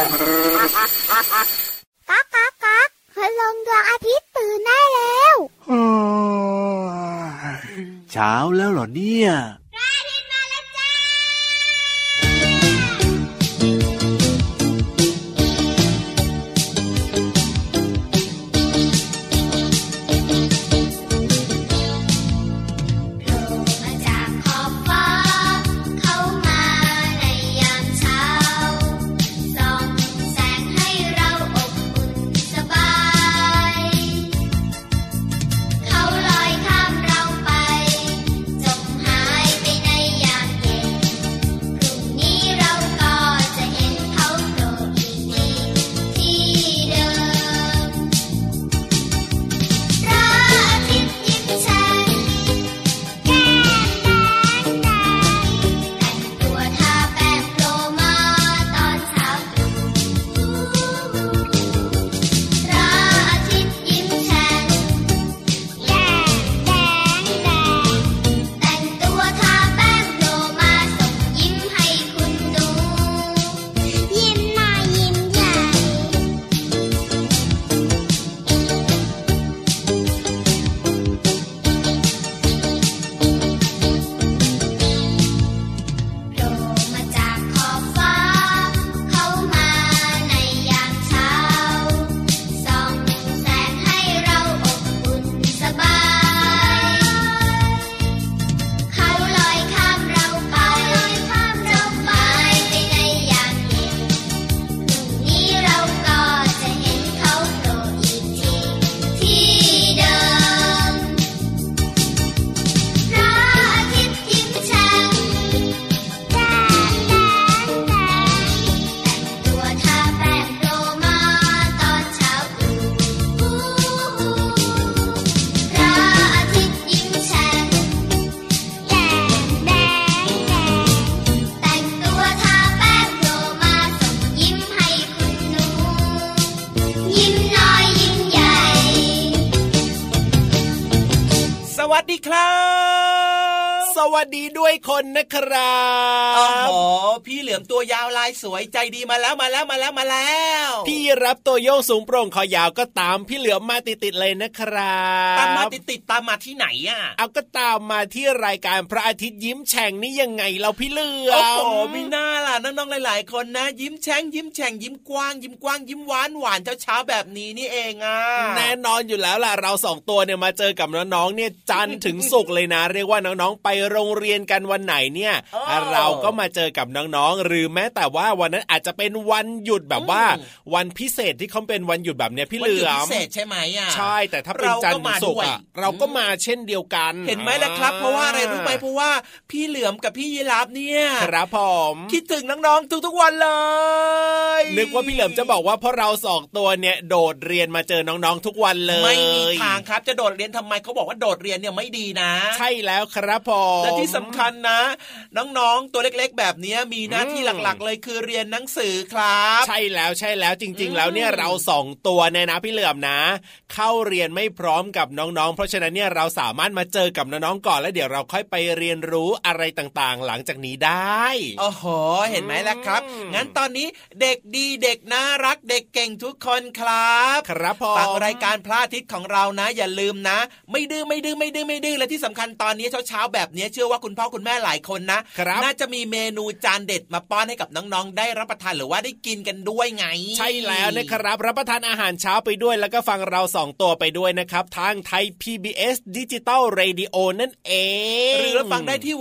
ก๊ากก๊ากก๊ากคืลงดวงอาทิตย์ตื่นได้แล้วเช้าแล้วเหรอเนี่ยสวัสดีครับสวัสดีด้วยคนนะครับโอ้โหพี่เหลือมตัวยาวลายสวยใจดีมาแล้วพี่รับตัวโยงสูงโปร่งคอยาวก็ตามพี่เหลือมมาติดๆเลยนะครับตามมาติดตามมาที่ไหนอ่ะเอาก็ตามมาที่รายการพระอาทิตย์ยิ้มแฉ่งนี่ยังไงเราพี่เหลือมโอ้โหมีหน้าล่ะน้องๆหลายๆคนนะยิ้มแฉ่งยิ้มกว้างยิ้มหวานเช้าแบบนี้นี่เองอ่ะแน่นอนอยู่แล้วล่ะเราสองตัวเนี่ยมาเจอกับน้องๆเนี่ยจันทร์ถึงศุกร์เลยนะเรียกว่าน้องๆไปโรงเรียนกันวันไหนเนี่ยเราก็มาเจอกับน้องๆหรือแม้แต่ว่าวันนั้นอาจจะเป็นวันหยุดแบบว่าวันพิเศษที่เขาเป็นวันหยุดแบบเนี้ยพี่เหลือมวันหยุดพิเศษใช่ไหมอ่ะใช่แต่ถ้าเป็นจันทร์ถึงศุกร์อ่ะเราก็มาเช่นเดียวกันเห็นไหมล่ะครับเพราะว่าอะไรรู้ไหมเพราะว่าพี่เหลือมกับพี่ยีราฟเนี่ยครับผมคิดถึงน้องๆทุกๆวันเลยนึกว่าพี่เหลือมจะบอกว่าเพราะเราสองตัวเนี่ยโดดเรียนมาเจอน้องๆทุกวันเลยไม่มีทางครับจะโดดเรียนทำไมเขาบอกว่าโดดเรียนเนี่ยไม่ดีนะใช่แล้วครับผมและที่สำคัญนะน้องๆตัวเล็กๆแบบนี้มีหน้าที่หลักๆเลยคือเรียนหนังสือครับใช่แล้วจริงๆแล้วเนี่ยเราสองตัวเนี่ยนะพี่เหลือมนะเข้าเรียนไม่พร้อมกับน้องๆเพราะฉะนั้นเนี่ยเราสามารถมาเจอกับน้องๆก่อนแล้วเดี๋ยวเราค่อยไปเรียนรู้อะไรต่างๆหลังจากนี้ได้โอ้โหเห็นไหมล่ะครับงั้นตอนนี้เด็กดีเด็กน่ารักเด็กเก่งทุกคนครับครับผมฟังรายการพระอาทิตย์ของเรานะอย่าลืมนะไม่ดื้อและที่สำคัญตอนนี้เช้าๆแบบนี้เชื่อว่าคุณพ่อคุณแม่หลายคนนะน่าจะมีเมนูจานเด็ดมาป้อนให้กับน้องๆได้รับประทานหรือว่าได้กินกันด้วยไงใช่แล้วนะครับรับประทานอาหารเช้าไปด้วยแล้วก็ฟังเรา2ตัวไปด้วยนะครับทางไทย PBS Digital Radio นั่นเองหรือฟังได้ที่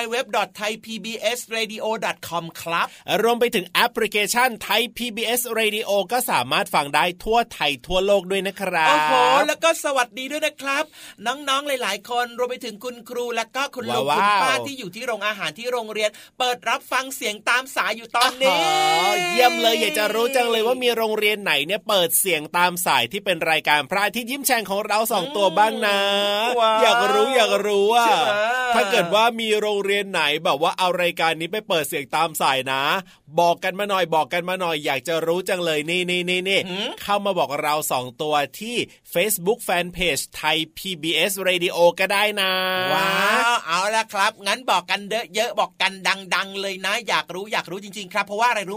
www.thaipbsradio.com ครับรวมไปถึงแอปพลิเคชันไทย PBS Radio ก็สามารถฟังได้ทั่วไทยทั่วโลกด้วยนะครับโอ้โหแล้วก็สวัสดีด้วยนะครับน้องๆหลายๆคนรวมไปถึงคุณครูและก็คุณลุงคุณป้าที่อยู่ที่โรงอาหารที่โรงเรียนเปิดรับฟังเสียงตามสายอยู่ตอนนี้เยี่ยมเลยอยากจะรู้จังเลยว่ามีโรงเรียนไหนเนี่ยเปิดเสียงตามสายที่เป็นรายการพระอาทิตย์ยิ้มแฉ่งของเรา2ตัวบ้างนะอยากรู้ว่าถ้าเกิดว่ามีโรงเรียนไหนแบบว่าเอารายการนี้ไปเปิดเสียงตามสายนะบอกกันมาหน่อยอยากจะรู้จังเลยนี่เข้ามาบอกเรา2ตัวที่ Facebook Fanpage ไทย PBS Radio ก็ได้นะว้าวเอาล่ะครับงั้นบอกกันเยอะๆบอกกันดังๆเลยนะอยากรู้จริงๆครับเพราะว่าอะไรรู้ไหมเพ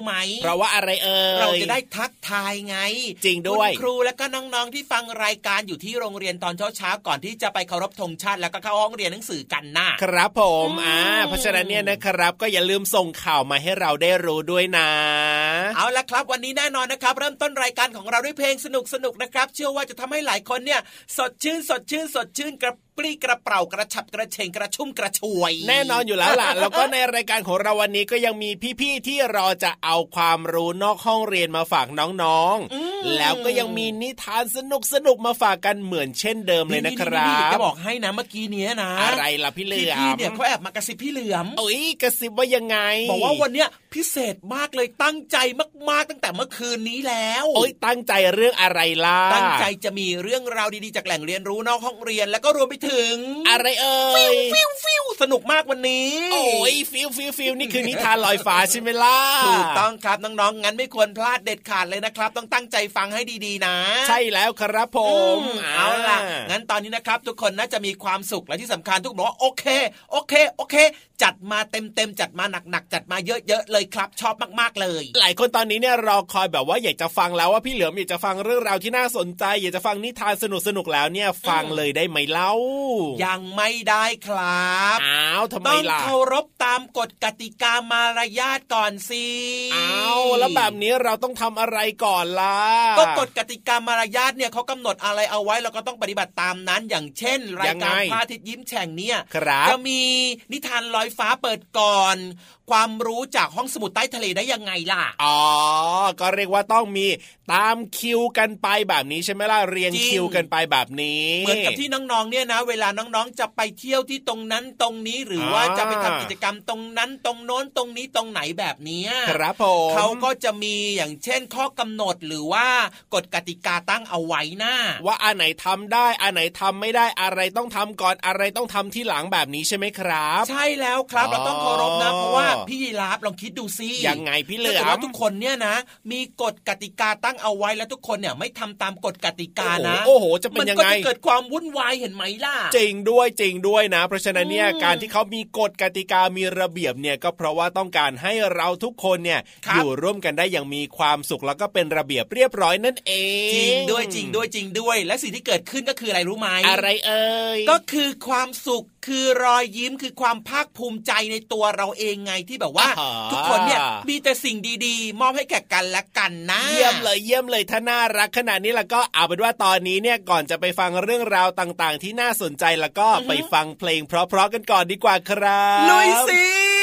ราะว่าอะไรเราจะได้ทักทายไงจริงด้วยคุณครูแล้วก็น้องๆที่ฟังรายการอยู่ที่โรงเรียนตอนเช้าๆก่อนที่จะไปเคารพธงชาติแล้วก็เข้าห้องเรียนหนังสือกันนะครับผมเพราะฉะนั้นเนี่ยนะครับก็อย่าลืมส่งข่าวมาให้เราได้รู้ด้วยนะเอาละครับวันนี้แน่นอนนะครับเริ่มต้นรายการของเราด้วยเพลงสนุกๆนะครับเชื่อว่าจะทำให้หลายคนเนี่ยสดชื่นกระปรี้กระเปร่ากระฉับกระเฉงกระชุ่มกระชวยแน่นอนอยู่แล้วล่ะ แล้วก็ในรายการของเราวันนี้ก็ยังมีพี่ๆที่รอจะเอาความรู้นอกห้องเรียนมาฝากน้องๆแล้วก็ยังมีนิทานสนุกมาฝากกันเหมือนเช่นเดิมเลยนะครับจะบอกให้นะเมื่อกี้นี้นะอะไรล่ะพี่เหลือมพี่เนี่ยเขาแอบมากระซิบพี่เหลือมกระซิบว่ายังไงบอกว่าวันเนี้ยพิเศษมากเลยตั้งใจมากๆตั้งแต่เมื่อคืนนี้แล้วตั้งใจเรื่องอะไรล่ะตั้งใจจะมีเรื่องราวดีๆจากแหล่งเรียนรู้นอกห้องเรียนแล้วก็รวมไปถึงอะไรฟิวสนุกมากวันนี้ฟิวนี่คือนิทานลอยฟ้าใช่ไหมล่ะถูกต้องครับน้องๆงั้นไม่ควรพลาดเด็ดขาดเลยนะครับต้องตั้งใจฟังให้ดีๆนะใช่แล้วครับผมเอาล่ะงั้นตอนนี้นะครับทุกคนน่าจะมีความสุขและที่สำคัญทุกคนบอกว่าโอเคจัดมาเต็มจัดมาหนักจัดมาเยอะๆเลยครับชอบมากๆเลยหลายคนตอนนี้เนี่ยรอคอยแบบว่าอยากจะฟังแล้วว่าพี่เหลือมอยากจะฟังเรื่องราวที่น่าสนใจอยากจะฟังนิทานสนุกแล้วเนี่ยฟังเลยได้ไหมเล่ายังไม่ได้ครับอ้าวทำไมล่ะต้องเคารพตามกฎกติกามารยาทก่อนสิอ้าวแล้วแบบนี้เราต้องทำอะไรก่อนล่ะก็กฎกติกามารยาทเนี่ยเขากำหนดอะไรเอาไว้เราก็ต้องปฏิบัติตามนั้นอย่างเช่นรายการพระอาทิตย์ยิ้มแฉ่งเนี่ยจะมีนิทานลอยฟ้าเปิดก่อนความรู้จากห้องสมุดใต้ทะเลได้ยังไงล่ะอ๋อก็เรียกว่าต้องมีตามคิวกันไปแบบนี้ใช่ไหมล่ะเรียงคิวกันไปแบบนี้เหมือนกับที่น้องๆเนี่ยนะเวลาน้องๆจะไปเที่ยวที่ตรงนั้นตรงนี้หรือว่าจะไปทำกิจกรรมตรงนั้นตรงโน้นตรงนี้ตรงไหนแบบนี้ครับผมเขาก็จะมีอย่างเช่นข้อกำหนดหรือว่ากฎกติกาตั้งเอาไว้นะว่าอันไหนทำได้อันไหนทำไม่ได้อะไรต้องทำก่อนอะไรต้องทำที่หลังแบบนี้ใช่ไหมครับใช่แล้วครับเราต้องเคารพนะเพราะว่าพี่ยีราฟลองคิดดูสิยังไงพี่เหลือมทุกคนเนี่ยนะมีกฎกติกาตั้งเอาไว้แล้วทุกคนเนี่ยไม่ทำตามกฎกติกานะโอ้โหจะเป็นยังไงมันก็จะเกิดความวุ่นวายเห็นไหมล่ะจริงด้วยนะเพราะฉะนั้นเนี่ยการที่เขามีกฎกติกามีระเบียบเนี่ยก็เพราะว่าต้องการให้เราทุกคนเนี่ยอยู่ร่วมกันได้อย่างมีความสุขแล้วก็เป็นระเบียบเรียบร้อยนั่นเองจริงด้วยและสิ่งที่เกิดขึ้นก็คืออะไรรู้ไหมอะไรก็คือความสุขคือรอยยิ้มคือความภาคภูมิใจในตัวเราเองไงที่แบบว่าทุกคนเนี่ยมีแต่สิ่งดีๆมอบให้แก่กันและกันนะเยี่ยมเลยถ้าน่ารักขนาดนี้แล้วก็เอาเป็นว่าตอนนี้เนี่ยก่อนจะไปฟังเรื่องราวต่างๆที่น่าสนใจแล้วก็ไปฟังเพลงเพราะๆกันก่อนดีกว่าครับลุยสิ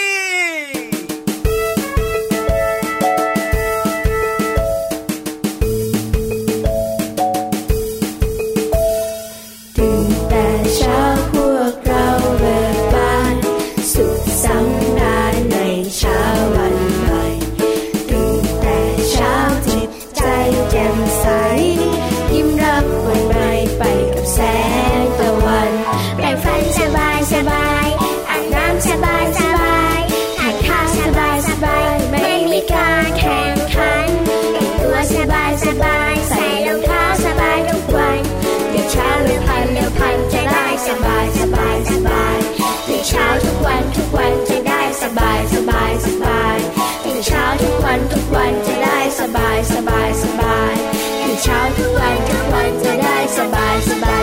ทุกวันจะได้สบายตื่นเช้าทุกวันจะได้สบาย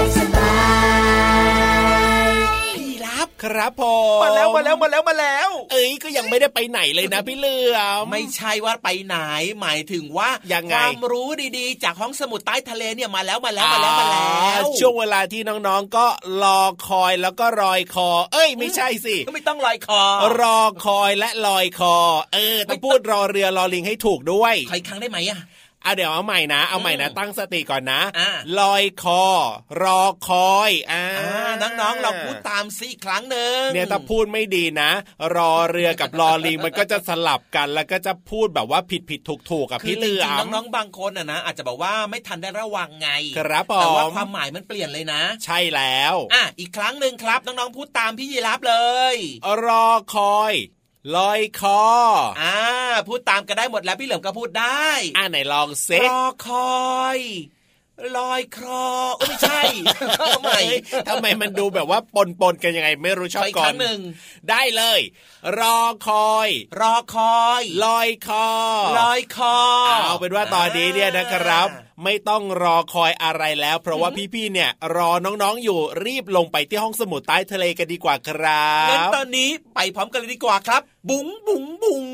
พี่รับครับผมมาแล้วก็ยังไม่ได้ไปไหนเลยนะพี่เหลือมไม่ใช่ว่าไปไหนหมายถึงว่าความรู้ดีๆจากห้องสมุดใต้ทะเลเนี่ยมาแล้วช่วงเวลาที่น้องๆก็รอคอยแล้วก็รอยคอไม่ใช่สิก็ไม่ต้องลอยคอรอคอยและลอยคอต้องพูดรอเรือรอลิงให้ถูกด้วยใครครั้งได้ไหมเดี๋ยวเอาใหม่นะตั้งสติก่อนนะลอยคอรอคอยน้องๆเราพูดตามสิอีกครั้งนึงเนี่ยถ้าพูดไม่ดีนะรอเรือกับรอลิงมันก็จะสลับกันแล้วก็จะพูดแบบว่าผิดถูกกับพี่เหลือมน้องๆบางคนนะอาจจะบอกว่าไม่ทันได้ระวังไงครับแต่ว่าความหมายมันเปลี่ยนเลยนะใช่แล้วอีกครั้งนึงครับน้องๆพูดตามพี่ยีราฟเลยรอคอยลอยคอพูดตามกันได้หมดแล้วพี่เหลิมก็พูดได้ไหนลองเซ็ตรอคอยลอยคลอไม่ใช่ทำไมมันดูแบบว่าปนกันยังไงไม่รู้ชอบก่อนหนึ่งได้เลยรอคอยลอยคอลอยคอเอาเป็นว่าตอนนี้เนี่ยนะครับไม่ต้องรอคอยอะไรแล้วเพราะว่าพี่ๆเนี่ยรอน้องๆอยู่รีบลงไปที่ห้องสมุดใต้ทะเลกันดีกว่าครับงั้นตอนนี้ไปพร้อมกันเลยดีกว่าครับบุ๋งบุ๋งบุ๋ง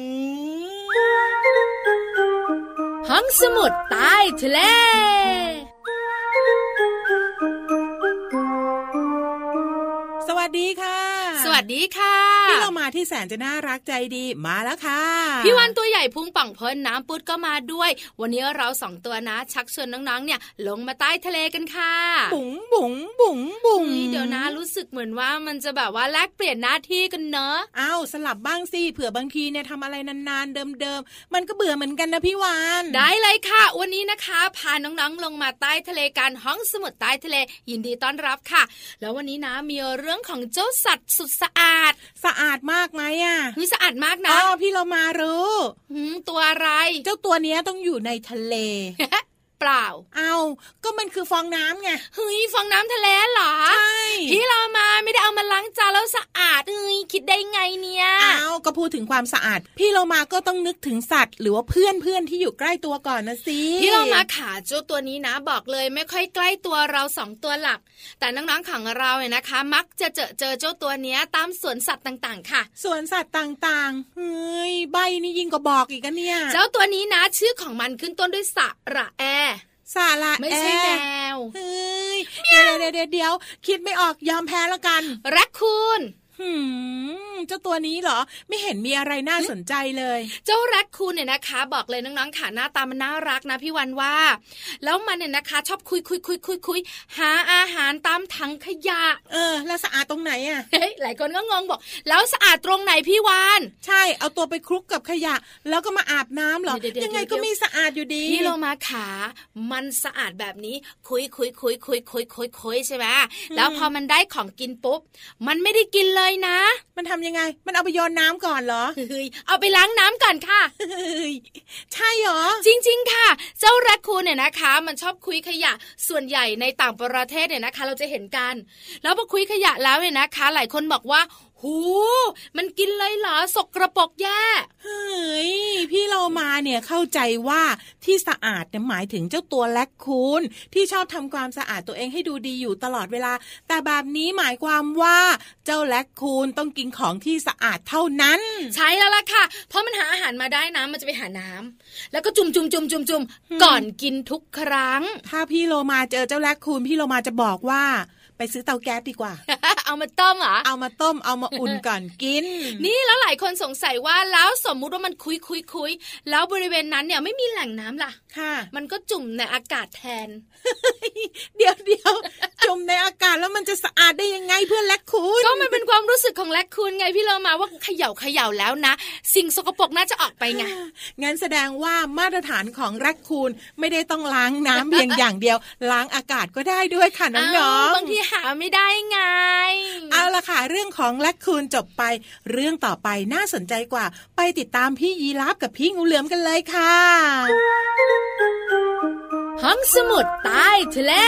ห้องสมุดใต้ทะเลสวัสดีค่ะสวัสดีค่ะพี่เรามาที่แสนจะน่ารักใจดีมาแล้วค่ะพี่วันตัวใหญ่พุงป่องพ้นน้ำปุดก็มาด้วยวันนี้เรา2ตัวนะชักชวนน้องๆเนี่ยลงมาใต้ทะเลกันค่ะบุ๋งบุ๋งบุ๋งบุ๋งเดี๋ยวนะรู้สึกเหมือนว่ามันจะแบบว่าแลกเปลี่ยนหน้าที่กันเนอะอ้าวสลับบ้างสิเผื่อบางทีเนี่ยทำอะไรนานๆเดิมๆมันก็เบื่อเหมือนกันนะพี่วานได้เลยค่ะวันนี้นะคะพาน้องๆลงมาใต้ทะเลกันห้องสมุดใต้ทะเลยินดีต้อนรับค่ะแล้ววันนี้นะมีเรื่องของเจ้าสัตว์สุดสะอาดมากไหมอ่ะสะอาดมากนะอ๋อพี่เรามารู้ตัวอะไรเจ้าตัวเนี้ยต้องอยู่ในทะเลเปล่าเอาก็มันคือฟองน้ำไงเฮ้ยฟองน้ำทะเลเหรอใช่พี่เรามาไม่ได้เอามาล้างจานแล้วสะอาดเฮ้ยคิดได้ไงเนี่ยเอาก็พูดถึงความสะอาดพี่เรามาก็ต้องนึกถึงสัตว์หรือว่าเพื่อนที่อยู่ใกล้ตัวก่อนนะสิพี่เรามาขาเจ้าตัวนี้นะบอกเลยไม่ค่อยใกล้ตัวเรา2ตัวหลักแต่น้องๆของเราเนี่ยนะคะมักจะเจอเจ้าตัวเนี้ยตามสวนสัตว์ต่างๆค่ะสวนสัตว์ต่างๆเฮ้ยใบนี่ยิ่งก็บอกอีกนะเนี่ยเจ้าตัวนี้นะชื่อของมันขึ้นต้นด้วยสระแอสาระไม่ใช่แมวเฮ้ยเดี๋ยวคิดไม่ออกยอมแพ้แล้วกันแรคคูนเจ้าตัวนี้เหรอไม่เห็นมีอะไรน่าสนใจเลยเจ้าแรคคูนเนี่ยนะคะบอกเลยน้องๆค่ะหน้าตามันน่ารักนะพี่วันว่าแล้วมันเนี่ยนะคะชอบคุยหาอาหารตามถังขยะแล้วสะอาดตรงไหนอ่ะหลายคนก็งงบอกแล้วสะอาดตรงไหนพี่วานใช่เอาตัวไปคลุกกับขยะแล้วก็มาอาบน้ำหรอยังไงก็ไม่สะอาดอยู่ดีพี่โลมาขามันสะอาดแบบนี้คุยใช่ไหมแล้วพอมันได้ของกินปุ๊บมันไม่ได้กินเลยนะมันทำยังไงมันเอาไปโยนน้ำก่อนเหรอเอาไปล้างน้ำก่อนค่ะใช่เหรอจริงๆค่ะเจ้าแรคคูนเนี่ยนะคะมันชอบคุยขยะส่วนใหญ่ในต่างประเทศเนี่ยนะคะเราจะเห็นกันแล้วพอคุยขยะแล้วเนี่ยนะคะหลายคนบอกว่าหูมันกินเลยเหรอสกปรกแย่เฮ้ยพี่เรามาเนี่ยเข้าใจว่าที่สะอาดเนี่ยหมายถึงเจ้าตัวแรคคูนที่ชอบทำความสะอาดตัวเองให้ดูดีอยู่ตลอดเวลาแต่แบบนี้หมายความว่าเจ้าแรคคูนต้องกินของที่สะอาดเท่านั้นใช่แล้วล่ะค่ะเพราะมันหาอาหารมาได้นะมันจะไปหาน้ำแล้วก็จุ่มก่อนกินทุกครั้งถ้าพี่โลมาเจอเจ้าแรคคูนพี่โลมาจะบอกว่าไปซื้อเตาแก๊สดีกว่าเอามาต้มเหรอเอามาต้มเอามาอุ่นก่อนกินนี่แล้วหลายคนสงสัยว่าแล้วสมมุติว่ามันคุยแล้วบริเวณนั้นเนี่ยไม่มีแหล่งน้ำล่ะค่ะมันก็จุ่มในอากาศแทนเดี๋ยวจุ่มในอากาศแล้วมันจะสะอาดได้ยังไงเพื่อนแรคคูนก็มันเป็นความรู้สึกของแรคคูนไงพี่เรามาว่าเขย่าแล้วนะสิ่งสกปรกน่าจะออกไปไงงั้นแสดงว่ามาตรฐานของแรคคูนไม่ได้ต้องล้างน้ำเพียงอย่างเดียวล้างอากาศก็ได้ด้วยค่ะน้องๆบางทีหาไม่ได้ไงเอาล่ะค่ะเรื่องของแรคคูนจบไปเรื่องต่อไปน่าสนใจกว่าไปติดตามพี่ยีราฟกับพี่งูเหลือมกันเลยค่ะห้องสมุดใต้ทะเล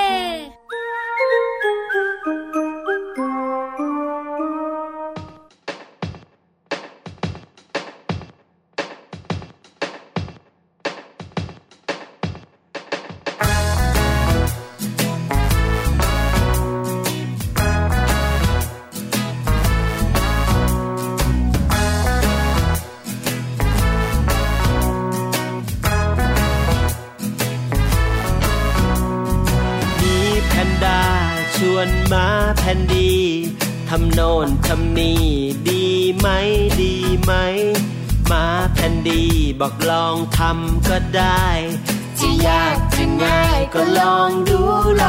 ชวนมาแผ่นดีทำโน่นทำนี่ดีไหมมาแผ่นดีบอกลองทำก็ได้จะยากจะง่ายก็ลองดู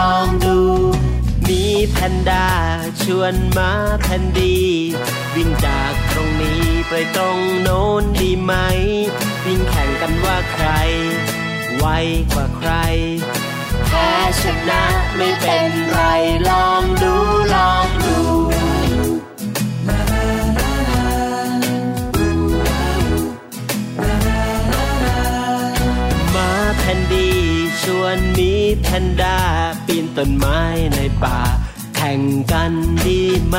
มีแพนด้าชวนมาแผ่นดีวิ่งจากตรงนี้ไปตรงโน้นดีไหมวิ่งแข่งกันว่าใครไวกว่าใครแพ้ชนะไม่เป็นไรลองดูมาแผ่นดีชส่วนมีแพนด้าปีนต้นไม้ในป่าแข่งกันดีไหม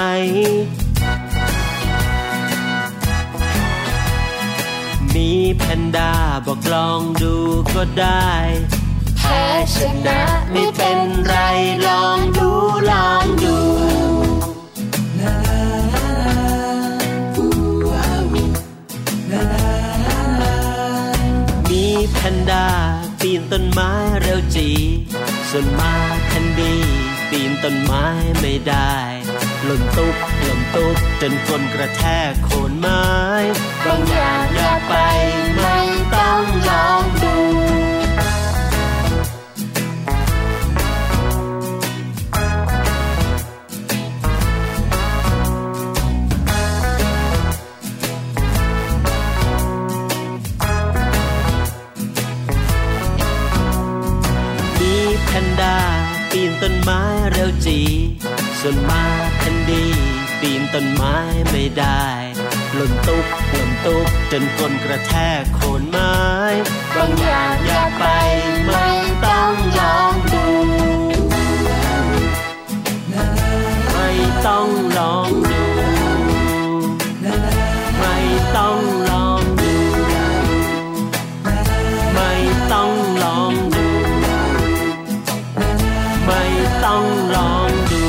มีแพนด้าบอกลองดูก็ได้แพ้ชนะไม่เป็นไรลองดูลองดูมีแพนด้าปีนต้นไม้เร็วจีส่วนม้าแคนดี้ปีนต้นไม้ไม่ได้หล่นตุ๊บจนก้นกระแทกโคนไม้บางอย่างอย่าไปไม่ต้องลองดูแพนด้าปีนต้นไม้เร็วจีส่วนม้าแคนดี้ปีนต้นไม้ไม่ได้หล่นตุ๊บจนก้นกระแทกโคนไม้บางอย่างอย่าไปไม่ต้องลองดูไม่ต้องลองดูไม่ต้องลองดูไม่ต้องลองดูไม่ต้องลองดู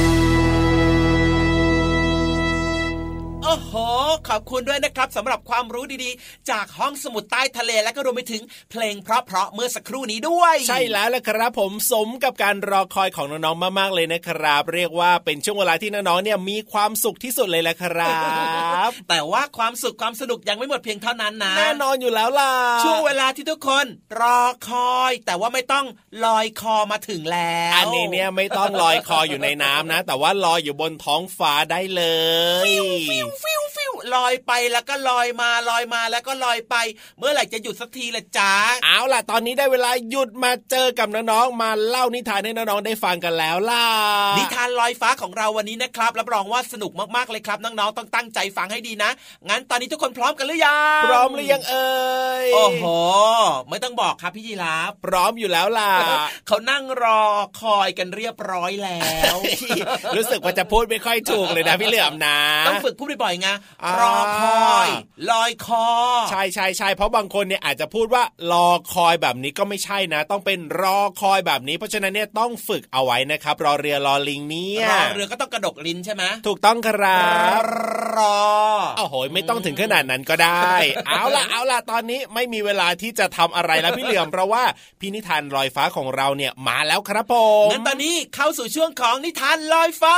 โอ้โหขอบคุณด้วยนะครับสำหรับความรู้ดีๆจากห้องสมุดใต้ทะเลและก็รวมไปถึงเพลงเพราะๆเมื่อสักครู่นี้ด้วยใช่แล้วล่ะครับผมสมกับการรอคอยของน้องๆมากๆเลยนะครับเรียกว่าเป็นช่วงเวลาที่น้องๆเนี่ยมีความสุขที่สุดเลยแหละครับแต่ว่าความสุขความสนุกยังไม่หมดเพียงเท่านั้นนะแน่นอนอยู่แล้วล่ะช่วงเวลาที่ทุกคนรอคอยแต่ว่าไม่ต้องลอยคอมาถึงแล้วอันนี้เนี่ยไม่ต้องลอยคออยู่ในน้ำนะแต่ว่าลอยอยู่บนท้องฟ้าได้เลยฟิวลอยไปแล้วก็ลอยมาแล้วก็ลอยไปเมื่อไหร่จะหยุดสักทีล่ะจ๊ะเอาล่ะตอนนี้ได้เวลาหยุดมาเจอกับน้องๆมาเล่านิทานให้น้องๆได้ฟังกันแล้วล่ะนิทานลอยฟ้าของเราวันนี้นะครับรับรองว่าสนุกมากๆเลยครับน้องๆต้องตั้งใจฟังให้ดีนะงั้นตอนนี้ทุกคนพร้อมกันหรือยังพร้อมหรือยังเอ่ยโอ้โหไม่ต้องบอกครับพี่ยีราฟพร้อมอยู่แล้วล่ะเขานั่งรอคอยกันเรียบร้อยแล้วรู้สึกว่าจะพูดไม่ค่อยถูกเลยนะพี่เหลือมนะต้องฝึกพูดบ่อยๆไงรอคอยลอยคอใช่เพราะบางคนเนี่ยอาจจะพูดว่ารอคอยแบบนี้ก็ไม่ใช่นะต้องเป็นรอคอยแบบนี้เพราะฉะนั้นเนี่ยต้องฝึกเอาไว้นะครับรอเรือรอลิงเนี่ยรอเรือก็ต้องกระดกลิ้นใช่ไหมถูกต้องครับรอโอ้โหไม่ต้องถึงขนาดนั้นก็ได้ เอาล่ะตอนนี้ไม่มีเวลาที่จะทำอะไรแล้วพี่เหลือมเพราะว่าพี่นิทานลอยฟ้าของเราเนี่ยมาแล้วครับผมงั้นตอนนี้เข้าสู่ช่วงของนิทานลอยฟ้า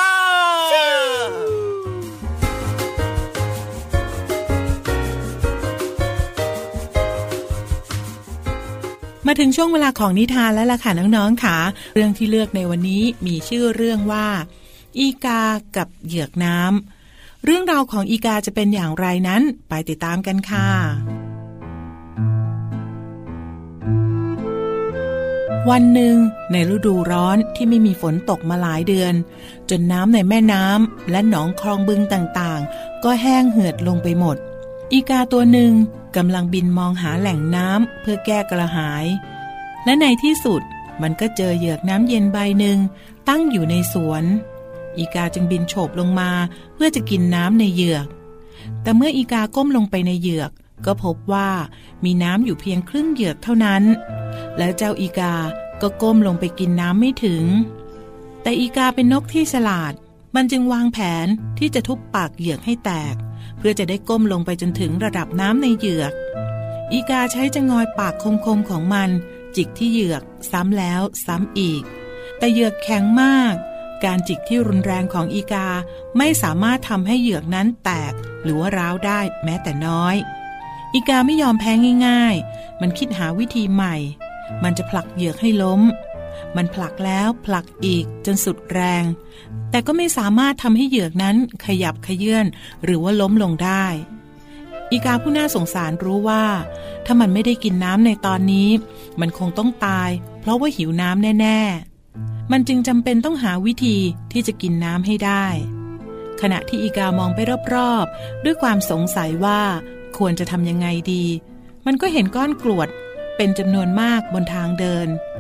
มาถึงช่วงเวลาของนิทานแล้วล่ะค่ะน้องๆค่ะเรื่องที่เลือกในวันนี้มีชื่อเรื่องว่าอีกากับเหยือกน้ำเรื่องราวของอีกาจะเป็นอย่างไรนั้นไปติดตามกันค่ะวันหนึ่งในฤดูร้อนที่ไม่มีฝนตกมาหลายเดือนจนน้ำในแม่น้ำและหนองคลองบึงต่างๆก็แห้งเหือดลงไปหมดอีกาตัวหนึ่งกำลังบินมองหาแหล่งน้ำเพื่อแก้กระหายและในที่สุดมันก็เจอเหยือกน้ำเย็นใบหนึ่งตั้งอยู่ในสวนอีกาจึงบินโฉบลงมาเพื่อจะกินน้ำในเหยือกแต่เมื่ออีกาก้มลงไปในเหยือกก็พบว่ามีน้ำอยู่เพียงครึ่งเหยือกเท่านั้นแล้วเจ้าอีกาก็ก้มลงไปกินน้ำไม่ถึงแต่อีกาเป็นนกที่ฉลาดมันจึงวางแผนที่จะทุบปากเหยือกให้แตกเพื่อจะได้ก้มลงไปจนถึงระดับน้ำในเหยือกอีกาใช้จงอยปากคมๆของมันจิกที่เหยือกซ้ำแล้วซ้ำอีกแต่เหยือกแข็งมากการจิกที่รุนแรงของอีกาไม่สามารถทำให้เหยือกนั้นแตกหรือว่าร้าวได้แม้แต่น้อยอีกาไม่ยอมแพ้ง่ายๆมันคิดหาวิธีใหม่มันจะผลักเหยือกให้ล้มมันผลักแล้วผลักอีกจนสุดแรงแต่ก็ไม่สามารถทำให้เหยือกนั้นขยับเขยื้อนหรือว่าล้มลงได้อีกาผู้น่าสงสารรู้ว่าถ้ามันไม่ได้กินน้ำในตอนนี้มันคงต้องตายเพราะว่าหิวน้ำแน่ๆมันจึงจำเป็นต้องหาวิธีที่จะกินน้ำให้ได้ขณะที่อีกามองไปรอบๆด้วยความสงสัยว่าควรจะทำยังไงดีมันก็เห็นก้อนกรวดเป็นจำนวนมากบนทางเดิน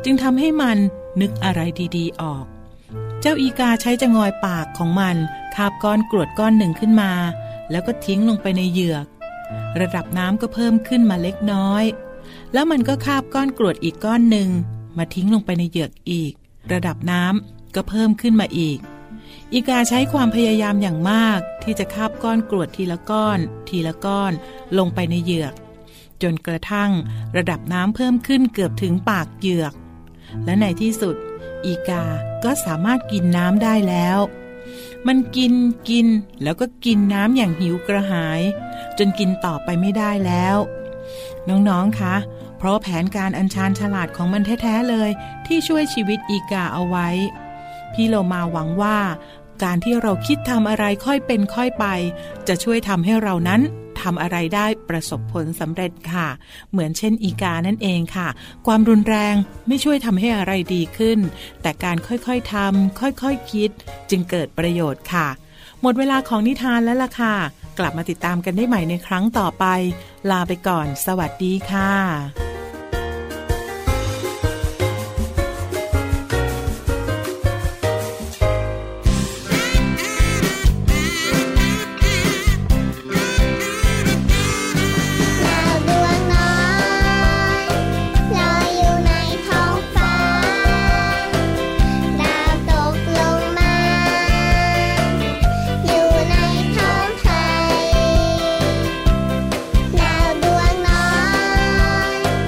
จึงทำให้มันนึกอะไรดีๆออกเจ้าอีกาใช้จะงอยปากของมันคาบก้อนกรวดก้อนหนึ่งขึ้นมาแล้วก็ทิ้งลงไปในเหยือกระดับน้ำก็เพิ่มขึ้นมาเล็กน้อยแล้วมันก็คาบก้อนกรวดอีกก้อนหนึ่งมาทิ้งลงไปในเหยือกอีกระดับน้ำก็เพิ่มขึ้นมาอีกอีกาใช้ความพยายามอย่างมากที่จะคาบก้อนกรวดทีละก้อนทีละก้อนลงไปในเหยือกจนกระทั่งระดับน้ำเพิ่มขึ้นเกือบถึงปากเหยือกและในที่สุดอีกาก็สามารถกินน้ำได้แล้วมันกินแล้วก็กินน้ำอย่างหิวกระหายจนกินต่อไปไม่ได้แล้วน้องๆคะเพราะแผนการอันชาญฉลาดของมันแท้ๆเลยที่ช่วยชีวิตอีกาเอาไว้พี่โลมาหวังว่าการที่เราคิดทำอะไรค่อยเป็นค่อยไปจะช่วยทำให้เรานั้นทำอะไรได้ประสบผลสำเร็จค่ะเหมือนเช่นอีกานั่นเองค่ะความรุนแรงไม่ช่วยทำให้อะไรดีขึ้นแต่การค่อยๆทำค่อยๆคิดจึงเกิดประโยชน์ค่ะหมดเวลาของนิทานแล้วล่ะค่ะกลับมาติดตามกันได้ใหม่ในครั้งต่อไปลาไปก่อนสวัสดีค่ะด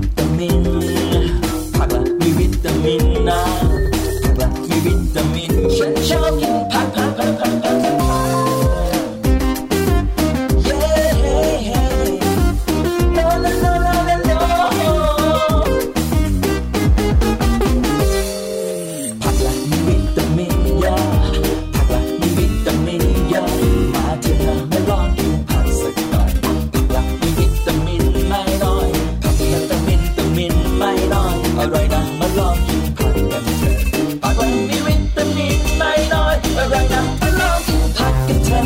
ตามินผักละมีวิตามินนะผักละมีวิตามินฉันชอบกินผักอร่อยนะมาลองกินผักกันเถอะผักมันมีวิตามินไม่น้อยอร่อยนะมาลองกินผักกันเถอะ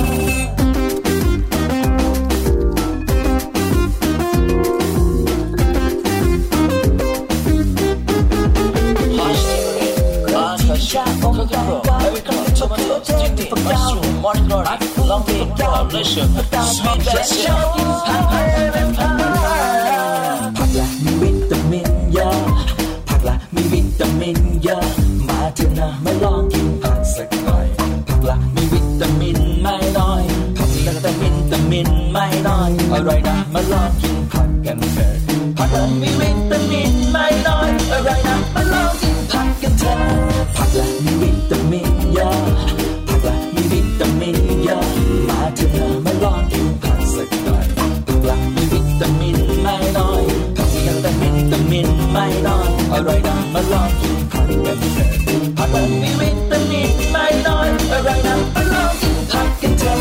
ลองกินผักเลยชอบกินผักละมีวิตามินเยอะผักละมีวิตามินเยอะมาเถอะนะมาลองกินผักสักหน่อยผักละมีวิตามินไม่น้อยผักละแต่วิตามินไม่น้อยอร่อยนะมาลองกินผักกันเถอะผักละมีวิตามินไม่น้อยอร่อยนะมาลองกินผักกันเถอะผักละมีวิตามินเยอะผักละมีวิตามินเยอะมาเถอะนะมาลองกินผักสักหน่อยผักละมีวิตามินไม่น้อยแต่วิตามินไม่น้อยอร่อยนะมาลองกินผักกันเถอะผักมันมีวิตามินไม่น้อยอร่อยนะมาลองกินผักกันเถอะ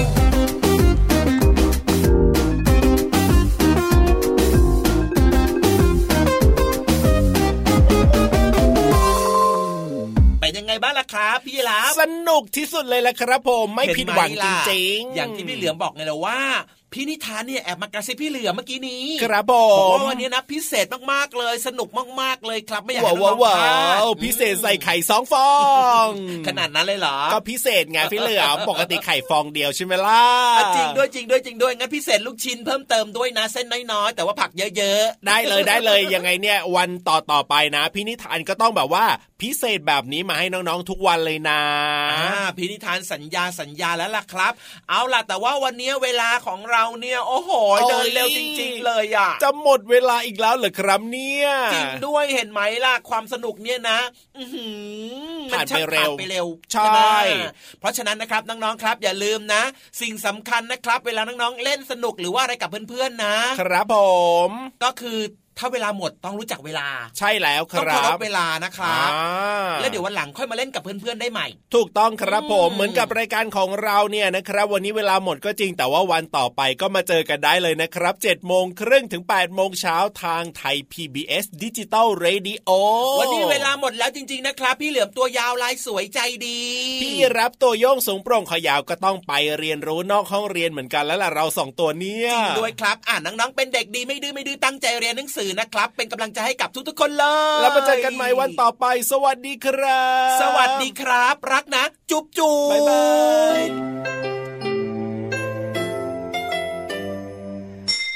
เป็นยังไงบ้างล่ะครับพี่ลาบสนุกที่สุดเลยล่ะครับผมไม่ผิดหวังจริงๆอย่างที่พี่เหลือมบอกไงล่ะว่าพี่นิทานเนี่ยแอบมากระซิบพี่เหลือเมื่อกี้นี้ครับผมบอกว่าวันนี้นะพิเศษมากๆเลยสนุกมากๆเลยครับไม่อยากให้น้องพลาดพิเศษใส่ไข่2 ฟองขนาดนั้นเลยเหรอก็พิเศษไงพี่เหลือปกติไข่ฟองเดียวใช่ไหมล่ะจริงด้วยงั้นพิเศษลูกชิ้นเพิ่มเติมด้วยนะเส้นน้อยๆแต่ว่าผักเยอะๆได้เลยยังไงเนี่ยวันต่อไปนะพี่นิทานก็ต้องแบบว่าพิเศษแบบนี้มาให้น้องๆทุกวันเลยนะพี่นิทานสัญญาแล้วล่ะครับเอาล่ะแต่ว่าวันนี้เวลาของเราเนี่ยโอ้โหเดินเร็วจริงๆเลยอ่ะจะหมดเวลาอีกแล้วเหรอครับเนี่ยจริงด้วยเห็นไหมล่ะความสนุกเนี่ยนะผ่านไปเร็วใช่เพราะฉะนั้นนะครับน้องๆครับอย่าลืมนะสิ่งสำคัญนะครับเวลาน้องๆเล่นสนุกหรือว่าอะไรกับเพื่อนๆนะครับผมก็คือถ้าเวลาหมดต้องรู้จักเวลาใช่แล้วครับต้องเคารพเวลานะครับแล้วเดี๋ยววันหลังค่อยมาเล่นกับเพื่อนๆได้ใหม่ถูกต้องครับผมเหมือนกับรายการของเราเนี่ยนะครับวันนี้เวลาหมดก็จริงแต่ว่าวันต่อไปก็มาเจอกันได้เลยนะครับ 7:30 นถึง 8:00 นทางไทย PBS Digital Radio วันนี้เวลาหมดแล้วจริงๆนะครับพี่เหลือมตัวยาวลายสวยใจดีพี่รับตัวโยงสูงโปร่งขอยาวก็ต้องไปเรียนรู้นอกห้องเรียนเหมือนกันแล้วล่ะเรา2ตัวเนี่ยจริงด้วยครับน้องๆเป็นเด็กดีไม่ดื้อตั้งใจเรียนหนังสือนะครับเป็นกำลังใจให้กับทุกๆคนเลยแล้วมาเจอกันใหม่วันต่อไปสวัสดีครับสวัสดีครับรักนะจุ๊บบ๊ายบาย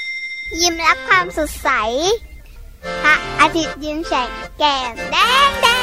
ยิ้มรับความสดใสพระอาทิตย์ยิ้มแฉกแก้มแดง